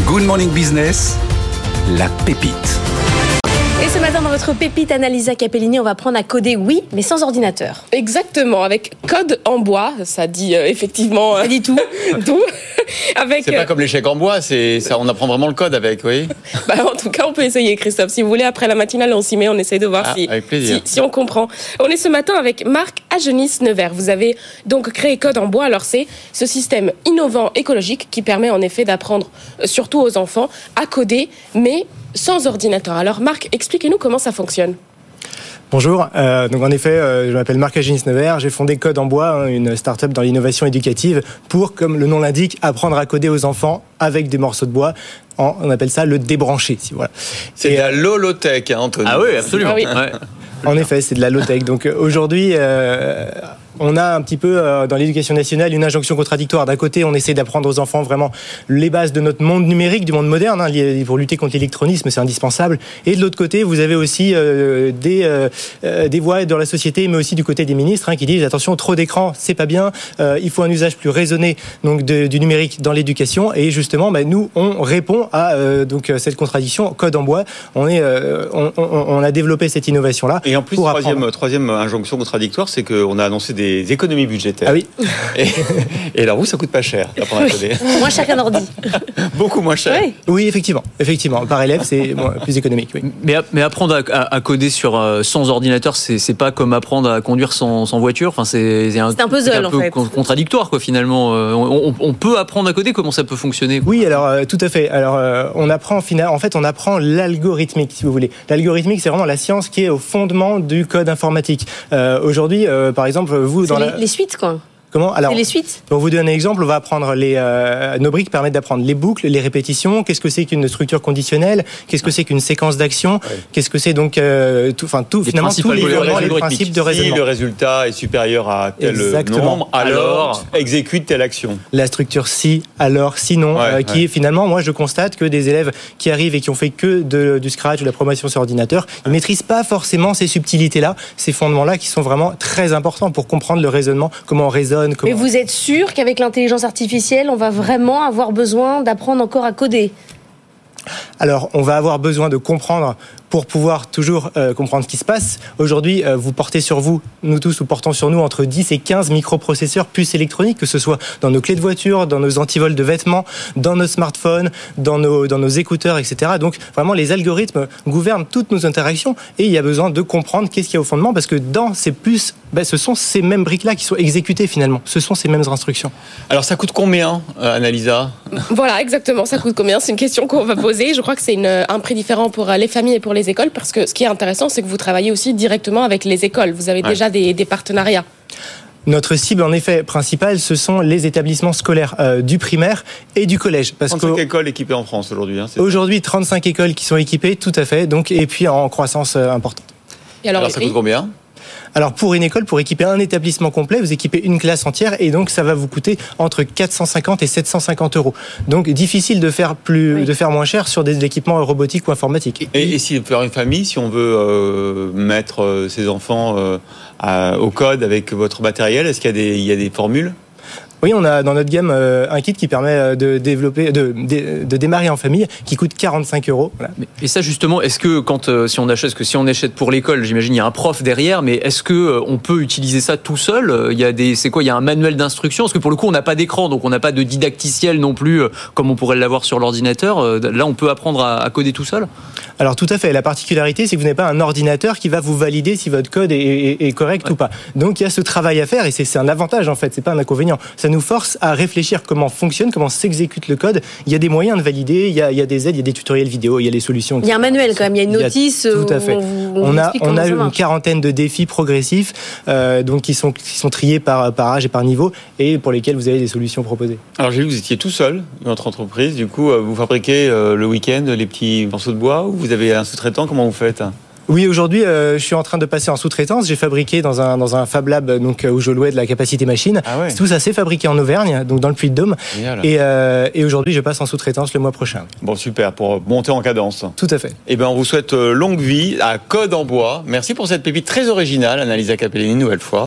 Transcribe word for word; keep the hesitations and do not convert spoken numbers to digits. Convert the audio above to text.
Good Morning Business, la pépite. Et ce matin, dans votre pépite Annalisa Capellini, on va apprendre à coder, oui, mais sans ordinateur. Exactement, avec code en bois, ça dit euh, effectivement... Ça dit tout. tout. Avec, c'est pas comme l'échec en bois, c'est, ça, on apprend vraiment le code avec, oui. Bah, en tout cas, on peut essayer, Christophe. Si vous voulez, après la matinale, on s'y met, on essaye de voir ah, si, avec plaisir. si, si on comprend. On est ce matin avec Marc Agenis-Nevers. Vous avez donc créé Code en bois. Alors, c'est ce système innovant écologique qui permet en effet d'apprendre, surtout aux enfants, à coder, mais sans ordinateur. Alors, Marc, expliquez-nous comment ça fonctionne. Bonjour, euh, donc en effet, euh, je m'appelle Marc Agenis-Nevers, j'ai fondé Code en bois, hein, une start-up dans l'innovation éducative pour, comme le nom l'indique, apprendre à coder aux enfants avec des morceaux de bois. En, on appelle ça le débrancher. Si, voilà. C'est Et, de la low-tech, hein, Anthony. Ah oui, absolument. Ah oui. Ouais. En effet, c'est de la low-tech. Donc aujourd'hui, euh, on a un petit peu euh, dans l'éducation nationale une injonction contradictoire. D'un côté, on essaie d'apprendre aux enfants vraiment les bases de notre monde numérique, du monde moderne, hein, pour lutter contre l'électronisme, c'est indispensable. Et de l'autre côté, vous avez aussi euh, des, euh, des voix dans la société, mais aussi du côté des ministres, hein, qui disent attention, trop d'écran, c'est pas bien. Euh, il faut un usage plus raisonné donc de, du numérique dans l'éducation. Et justement, bah, nous, on répond à euh, donc cette contradiction. Code en bois, on est, euh, on, on, on a développé cette innovation-là. Et en plus, troisième, troisième injonction contradictoire, c'est qu'on a annoncé des économies budgétaires. Ah oui. Et, et alors vous, ça coûte pas cher d'apprendre à coder. Moins cher qu'un ordi. Beaucoup moins cher. Oui, oui effectivement. Effectivement. Par élève, c'est bon, plus économique. Oui. Mais, mais apprendre à, à, à coder sur, euh, sans ordinateur, c'est, c'est pas comme apprendre à conduire sans, sans voiture. Enfin, c'est, c'est un, c'est un puzzle, c'est un peu en fait. contradictoire, quoi, finalement. On, on, on peut apprendre à coder. Comment ça peut fonctionner, quoi? Oui, alors euh, tout à fait. Alors, euh, on apprend en fait, on apprend l'algorithmique, si vous voulez. L'algorithmique, c'est vraiment la science qui est au fondement du code informatique. Euh, aujourd'hui, euh, par exemple, vous c'est dans les, la... les suites, quoi. Comment? Alors, c'est les suites. Pour vous donner un exemple, on va apprendre les euh, nos briques permettent d'apprendre les boucles, les répétitions. Qu'est-ce que c'est qu'une structure conditionnelle? Qu'est-ce que c'est qu'une séquence d'action? Ouais. Qu'est-ce que c'est donc euh, tout, enfin tout, les finalement tous les, les, les principes de raisonnement. Si le résultat est supérieur à tel Exactement. nombre, alors, alors exécute telle action. La structure si, alors, sinon, ouais, euh, qui ouais. est finalement, moi je constate que des élèves qui arrivent et qui ont fait que de, du scratch ou de la programmation sur ordinateur, ils maîtrisent pas forcément ces subtilités-là, ces fondements-là qui sont vraiment très importants pour comprendre le raisonnement, comment on raisonne. Comment... Mais vous êtes sûr qu'avec l'intelligence artificielle, on va vraiment avoir besoin d'apprendre encore à coder ? Alors, on va avoir besoin de comprendre pour pouvoir toujours euh, comprendre ce qui se passe. Aujourd'hui, euh, vous portez sur vous, nous tous, nous portons sur nous entre dix et quinze microprocesseurs puces électroniques, que ce soit dans nos clés de voiture, dans nos antivols de vêtements, dans nos smartphones, dans nos, dans nos écouteurs, et cetera. Donc, vraiment, les algorithmes gouvernent toutes nos interactions et il y a besoin de comprendre qu'est-ce qu'il y a au fondement parce que dans ces puces, ben, ce sont ces mêmes briques-là qui sont exécutées finalement. Ce sont ces mêmes instructions. Alors, ça coûte combien, euh, Annalisa ? Voilà, exactement. Ça coûte combien ? C'est une question qu'on va poser. Je crois que c'est une, un prix différent pour les familles et pour les écoles, parce que ce qui est intéressant, c'est que vous travaillez aussi directement avec les écoles. Vous avez ouais. déjà des, des partenariats. Notre cible, en effet, principale, ce sont les établissements scolaires euh, du primaire et du collège. Parce trente-cinq que écoles équipées en France aujourd'hui. Hein, c'est aujourd'hui, trente-cinq écoles qui sont équipées, tout à fait, donc, et puis en croissance euh, importante. Et alors, alors ça coûte combien ? Alors pour une école, pour équiper un établissement complet, vous équipez une classe entière et donc ça va vous coûter entre quatre cent cinquante et sept cent cinquante euros. Donc difficile de faire plus, oui. de faire moins cher sur des équipements robotiques ou informatiques. Et, et si pour une famille, si on veut euh, mettre euh, ses enfants euh, à, au code avec votre matériel, est-ce qu'il y a des, il y a des formules ? Oui, on a dans notre gamme euh, un kit qui permet de développer, de, de, de démarrer en famille, qui coûte quarante-cinq euros. Voilà. Et ça justement, est-ce que quand euh, si on achète, que si on achète pour l'école, j'imagine il y a un prof derrière, mais est-ce que euh, on peut utiliser ça tout seul ? Il y a des, c'est quoi ? Il y a un manuel d'instruction ? Parce que pour le coup, on n'a pas d'écran, donc on n'a pas de didacticiel non plus, euh, comme on pourrait l'avoir sur l'ordinateur. Euh, là, on peut apprendre à, à coder tout seul ? Alors tout à fait. La particularité, c'est que vous n'avez pas un ordinateur qui va vous valider si votre code est, est, est correct ouais. ou pas. Donc il y a ce travail à faire et c'est, c'est un avantage en fait. C'est pas un inconvénient. Ça nous force à réfléchir comment fonctionne, comment s'exécute le code. Il y a des moyens de valider, il y a, il y a des aides, il y a des tutoriels vidéo, il y a les solutions. Il y a un manuel quand même, il y a une notice. A, tout à fait. On, on, on a, on a une quarantaine de défis progressifs, euh, donc qui sont, qui sont triés par, par âge et par niveau, et pour lesquels vous avez des solutions proposées. Alors j'ai vu que vous étiez tout seul dans votre entreprise. Du coup, vous fabriquez euh, le week-end les petits morceaux de bois ou vous avez un sous-traitant ? Comment vous faites ? Oui, aujourd'hui, euh, je suis en train de passer en sous-traitance. J'ai fabriqué dans un dans un Fab Lab donc où je louais de la capacité machine. Ah ouais. Tout ça c'est fabriqué en Auvergne, donc dans le Puy-de-Dôme. Et, euh, et aujourd'hui, je passe en sous-traitance le mois prochain. Bon, super, pour monter en cadence. Tout à fait. Eh ben, on vous souhaite longue vie à Code en bois. Merci pour cette pépite très originale, Annalisa Capellini, une nouvelle fois.